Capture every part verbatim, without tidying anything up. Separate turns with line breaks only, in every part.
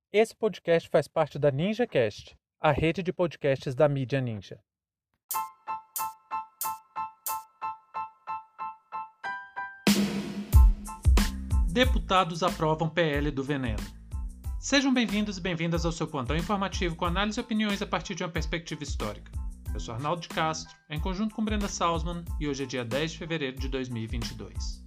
Esse podcast faz parte da NinjaCast, a rede de podcasts da mídia Ninja. Deputados aprovam P L do veneno. Sejam bem-vindos e bem-vindas ao seu plantão informativo com análise e opiniões a partir de uma perspectiva histórica. Eu sou Arnaldo de Castro, em conjunto com Brenda Salzman, e hoje é dia dez de fevereiro de dois mil e vinte e dois.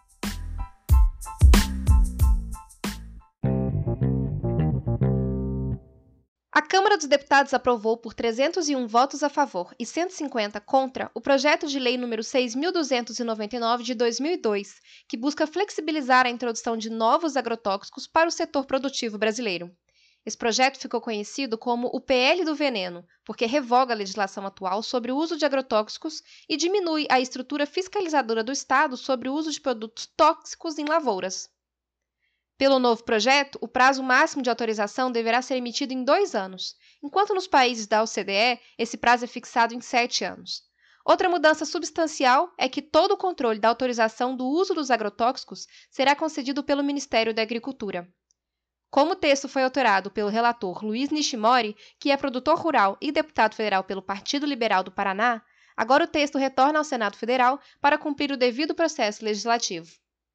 A Câmara dos Deputados aprovou por trezentos e um votos a favor e cento e cinquenta contra o projeto de lei número seis mil duzentos e noventa e nove de dois mil e dois, que busca flexibilizar a introdução de novos agrotóxicos para o setor produtivo brasileiro. Esse projeto ficou conhecido como o P L do veneno, porque revoga a legislação atual sobre o uso de agrotóxicos e diminui a estrutura fiscalizadora do Estado sobre o uso de produtos tóxicos em lavouras. Pelo novo projeto, o prazo máximo de autorização deverá ser emitido em dois anos, enquanto nos países da O C D E, esse prazo é fixado em sete anos. Outra mudança substancial é que todo o controle da autorização do uso dos agrotóxicos será concedido pelo Ministério da Agricultura. Como o texto foi autorado pelo relator Luiz Nishimori, que é produtor rural e deputado federal pelo Partido Liberal do Paraná, agora o texto retorna ao Senado Federal para cumprir o devido processo legislativo.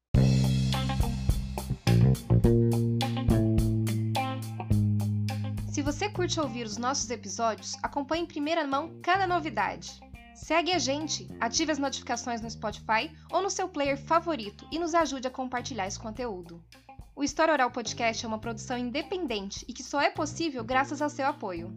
Se você curte ouvir os nossos episódios, acompanhe em primeira mão cada novidade. Segue a gente, ative as notificações no Spotify ou no seu player favorito e nos ajude a compartilhar esse conteúdo. O História Oral Podcast é uma produção independente e que só é possível graças ao seu apoio.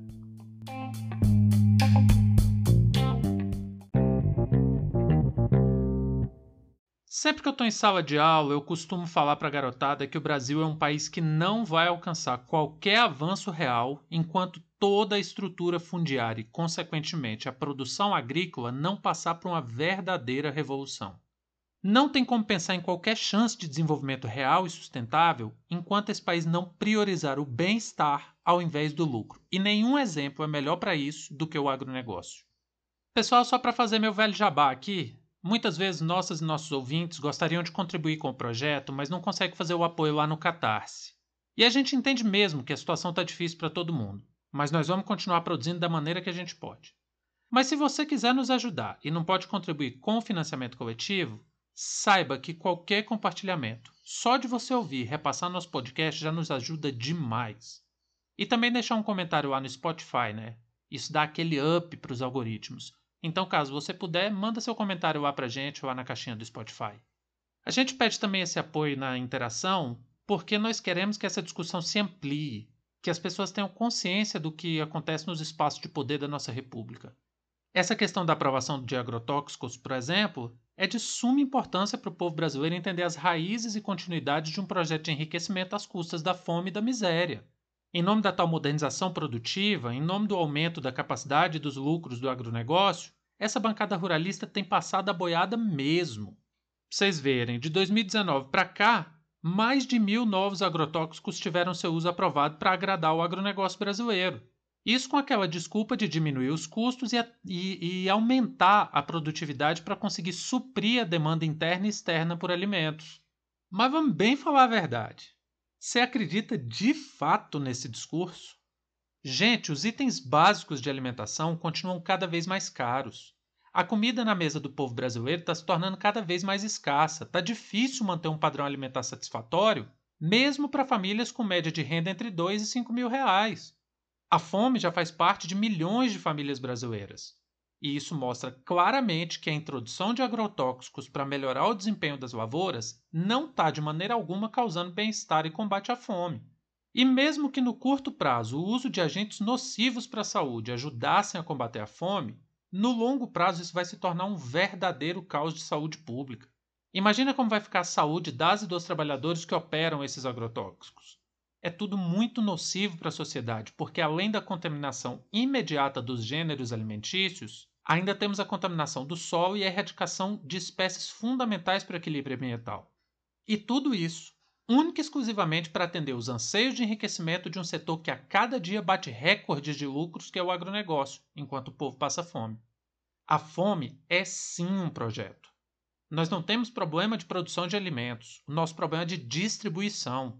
Sempre que eu estou em sala de aula, eu costumo falar para a garotada que o Brasil é um país que não vai alcançar qualquer avanço real enquanto toda a estrutura fundiária e, consequentemente, a produção agrícola não passar por uma verdadeira revolução. Não tem como pensar em qualquer chance de desenvolvimento real e sustentável enquanto esse país não priorizar o bem-estar ao invés do lucro. E nenhum exemplo é melhor para isso do que o agronegócio. Pessoal, só para fazer meu velho jabá aqui, muitas vezes nossas e nossos ouvintes gostariam de contribuir com o projeto, mas não conseguem fazer o apoio lá no Catarse. E a gente entende mesmo que a situação está difícil para todo mundo, mas nós vamos continuar produzindo da maneira que a gente pode. Mas se você quiser nos ajudar e não pode contribuir com o financiamento coletivo, saiba que qualquer compartilhamento, só de você ouvir e repassar nosso podcast já nos ajuda demais. E também deixar um comentário lá no Spotify, né? Isso dá aquele up para os algoritmos. Então, caso você puder, manda seu comentário lá pra gente, lá na caixinha do Spotify. A gente pede também esse apoio na interação porque nós queremos que essa discussão se amplie, que as pessoas tenham consciência do que acontece nos espaços de poder da nossa república. Essa questão da aprovação de agrotóxicos, por exemplo, é de suma importância para o povo brasileiro entender as raízes e continuidades de um projeto de enriquecimento às custas da fome e da miséria. Em nome da tal modernização produtiva, em nome do aumento da capacidade e dos lucros do agronegócio, essa bancada ruralista tem passado a boiada mesmo. Pra vocês verem, de dois mil e dezenove para cá, mais de mil novos agrotóxicos tiveram seu uso aprovado para agradar o agronegócio brasileiro. Isso com aquela desculpa de diminuir os custos e, a, e, e aumentar a produtividade para conseguir suprir a demanda interna e externa por alimentos. Mas vamos bem falar a verdade. Você acredita de fato nesse discurso? Gente, os itens básicos de alimentação continuam cada vez mais caros. A comida na mesa do povo brasileiro está se tornando cada vez mais escassa. Está difícil manter um padrão alimentar satisfatório, mesmo para famílias com média de renda entre dois e cinco mil reais. A fome já faz parte de milhões de famílias brasileiras. E isso mostra claramente que a introdução de agrotóxicos para melhorar o desempenho das lavouras não está de maneira alguma causando bem-estar e combate à fome. E mesmo que no curto prazo o uso de agentes nocivos para a saúde ajudassem a combater a fome, no longo prazo isso vai se tornar um verdadeiro caos de saúde pública. Imagina como vai ficar a saúde das e dos trabalhadores que operam esses agrotóxicos. É tudo muito nocivo para a sociedade, porque além da contaminação imediata dos gêneros alimentícios, ainda temos a contaminação do solo e a erradicação de espécies fundamentais para o equilíbrio ambiental. E tudo isso, única e exclusivamente para atender os anseios de enriquecimento de um setor que a cada dia bate recordes de lucros, que é o agronegócio, enquanto o povo passa fome. A fome é sim um projeto. Nós não temos problema de produção de alimentos, o nosso problema é de distribuição.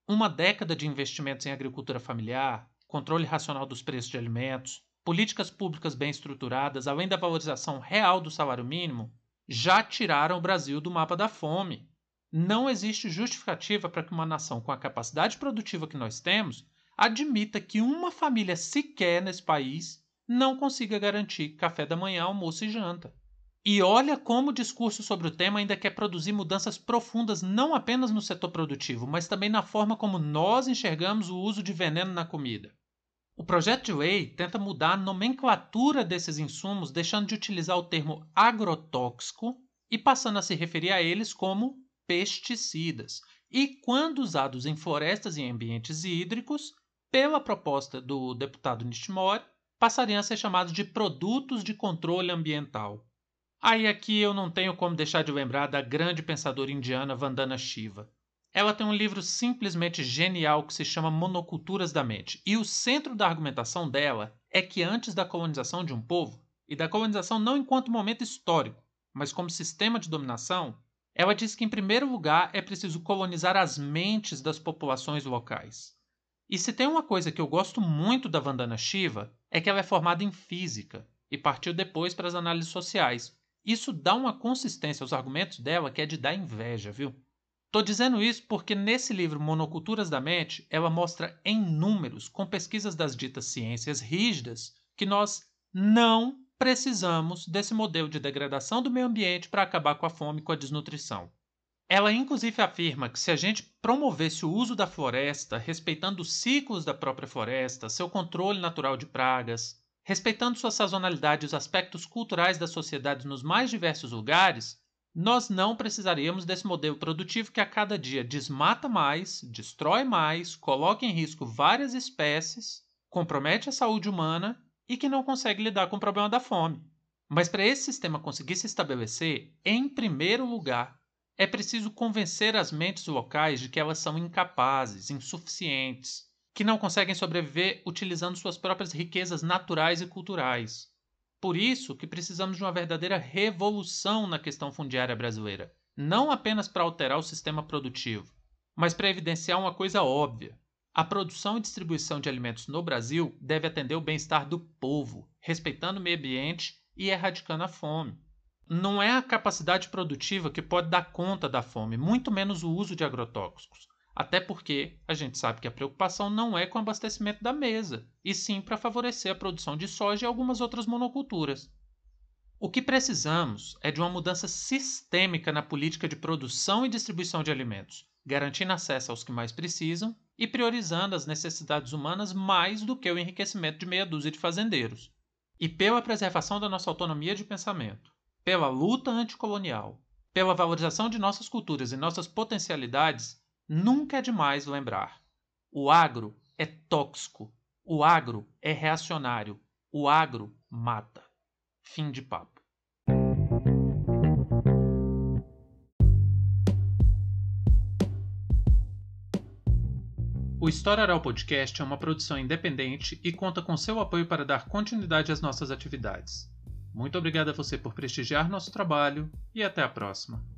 Uma década de investimentos em agricultura familiar, controle racional dos preços de alimentos, políticas públicas bem estruturadas, além da valorização real do salário mínimo, já tiraram o Brasil do mapa da fome. Não existe justificativa para que uma nação com a capacidade produtiva que nós temos admita que uma família sequer nesse país não consiga garantir café da manhã, almoço e janta. E olha como o discurso sobre o tema ainda quer produzir mudanças profundas não apenas no setor produtivo, mas também na forma como nós enxergamos o uso de veneno na comida. O projeto de lei tenta mudar a nomenclatura desses insumos, deixando de utilizar o termo agrotóxico e passando a se referir a eles como pesticidas. E quando usados em florestas e em ambientes hídricos, pela proposta do deputado Nishimori, passariam a ser chamados de produtos de controle ambiental. Aí aqui eu não tenho como deixar de lembrar da grande pensadora indiana Vandana Shiva. Ela tem um livro simplesmente genial que se chama Monoculturas da Mente. E o centro da argumentação dela é que antes da colonização de um povo, e da colonização não enquanto momento histórico, mas como sistema de dominação, ela diz que em primeiro lugar é preciso colonizar as mentes das populações locais. E se tem uma coisa que eu gosto muito da Vandana Shiva, é que ela é formada em física e partiu depois para as análises sociais. Isso dá uma consistência aos argumentos dela que é de dar inveja, viu? Tô dizendo isso porque nesse livro Monoculturas da Mente, ela mostra em números, com pesquisas das ditas ciências rígidas, que nós não precisamos desse modelo de degradação do meio ambiente para acabar com a fome e com a desnutrição. Ela inclusive afirma que se a gente promovesse o uso da floresta, respeitando os ciclos da própria floresta, seu controle natural de pragas, respeitando sua sazonalidade e os aspectos culturais da sociedade nos mais diversos lugares, nós não precisaríamos desse modelo produtivo que a cada dia desmata mais, destrói mais, coloca em risco várias espécies, compromete a saúde humana e que não consegue lidar com o problema da fome. Mas para esse sistema conseguir se estabelecer, em primeiro lugar, é preciso convencer as mentes locais de que elas são incapazes, insuficientes, que não conseguem sobreviver utilizando suas próprias riquezas naturais e culturais. Por isso que precisamos de uma verdadeira revolução na questão fundiária brasileira, não apenas para alterar o sistema produtivo, mas para evidenciar uma coisa óbvia. A produção e distribuição de alimentos no Brasil deve atender o bem-estar do povo, respeitando o meio ambiente e erradicando a fome. Não é a capacidade produtiva que pode dar conta da fome, muito menos o uso de agrotóxicos. Até porque a gente sabe que a preocupação não é com o abastecimento da mesa, e sim para favorecer a produção de soja e algumas outras monoculturas. O que precisamos é de uma mudança sistêmica na política de produção e distribuição de alimentos, garantindo acesso aos que mais precisam e priorizando as necessidades humanas mais do que o enriquecimento de meia dúzia de fazendeiros. E pela preservação da nossa autonomia de pensamento, pela luta anticolonial, pela valorização de nossas culturas e nossas potencialidades, nunca é demais lembrar. O agro é tóxico, o agro é reacionário, o agro mata. Fim de papo. O História Oral Podcast é uma produção independente e conta com seu apoio para dar continuidade às nossas atividades. Muito obrigado a você por prestigiar nosso trabalho e até a próxima.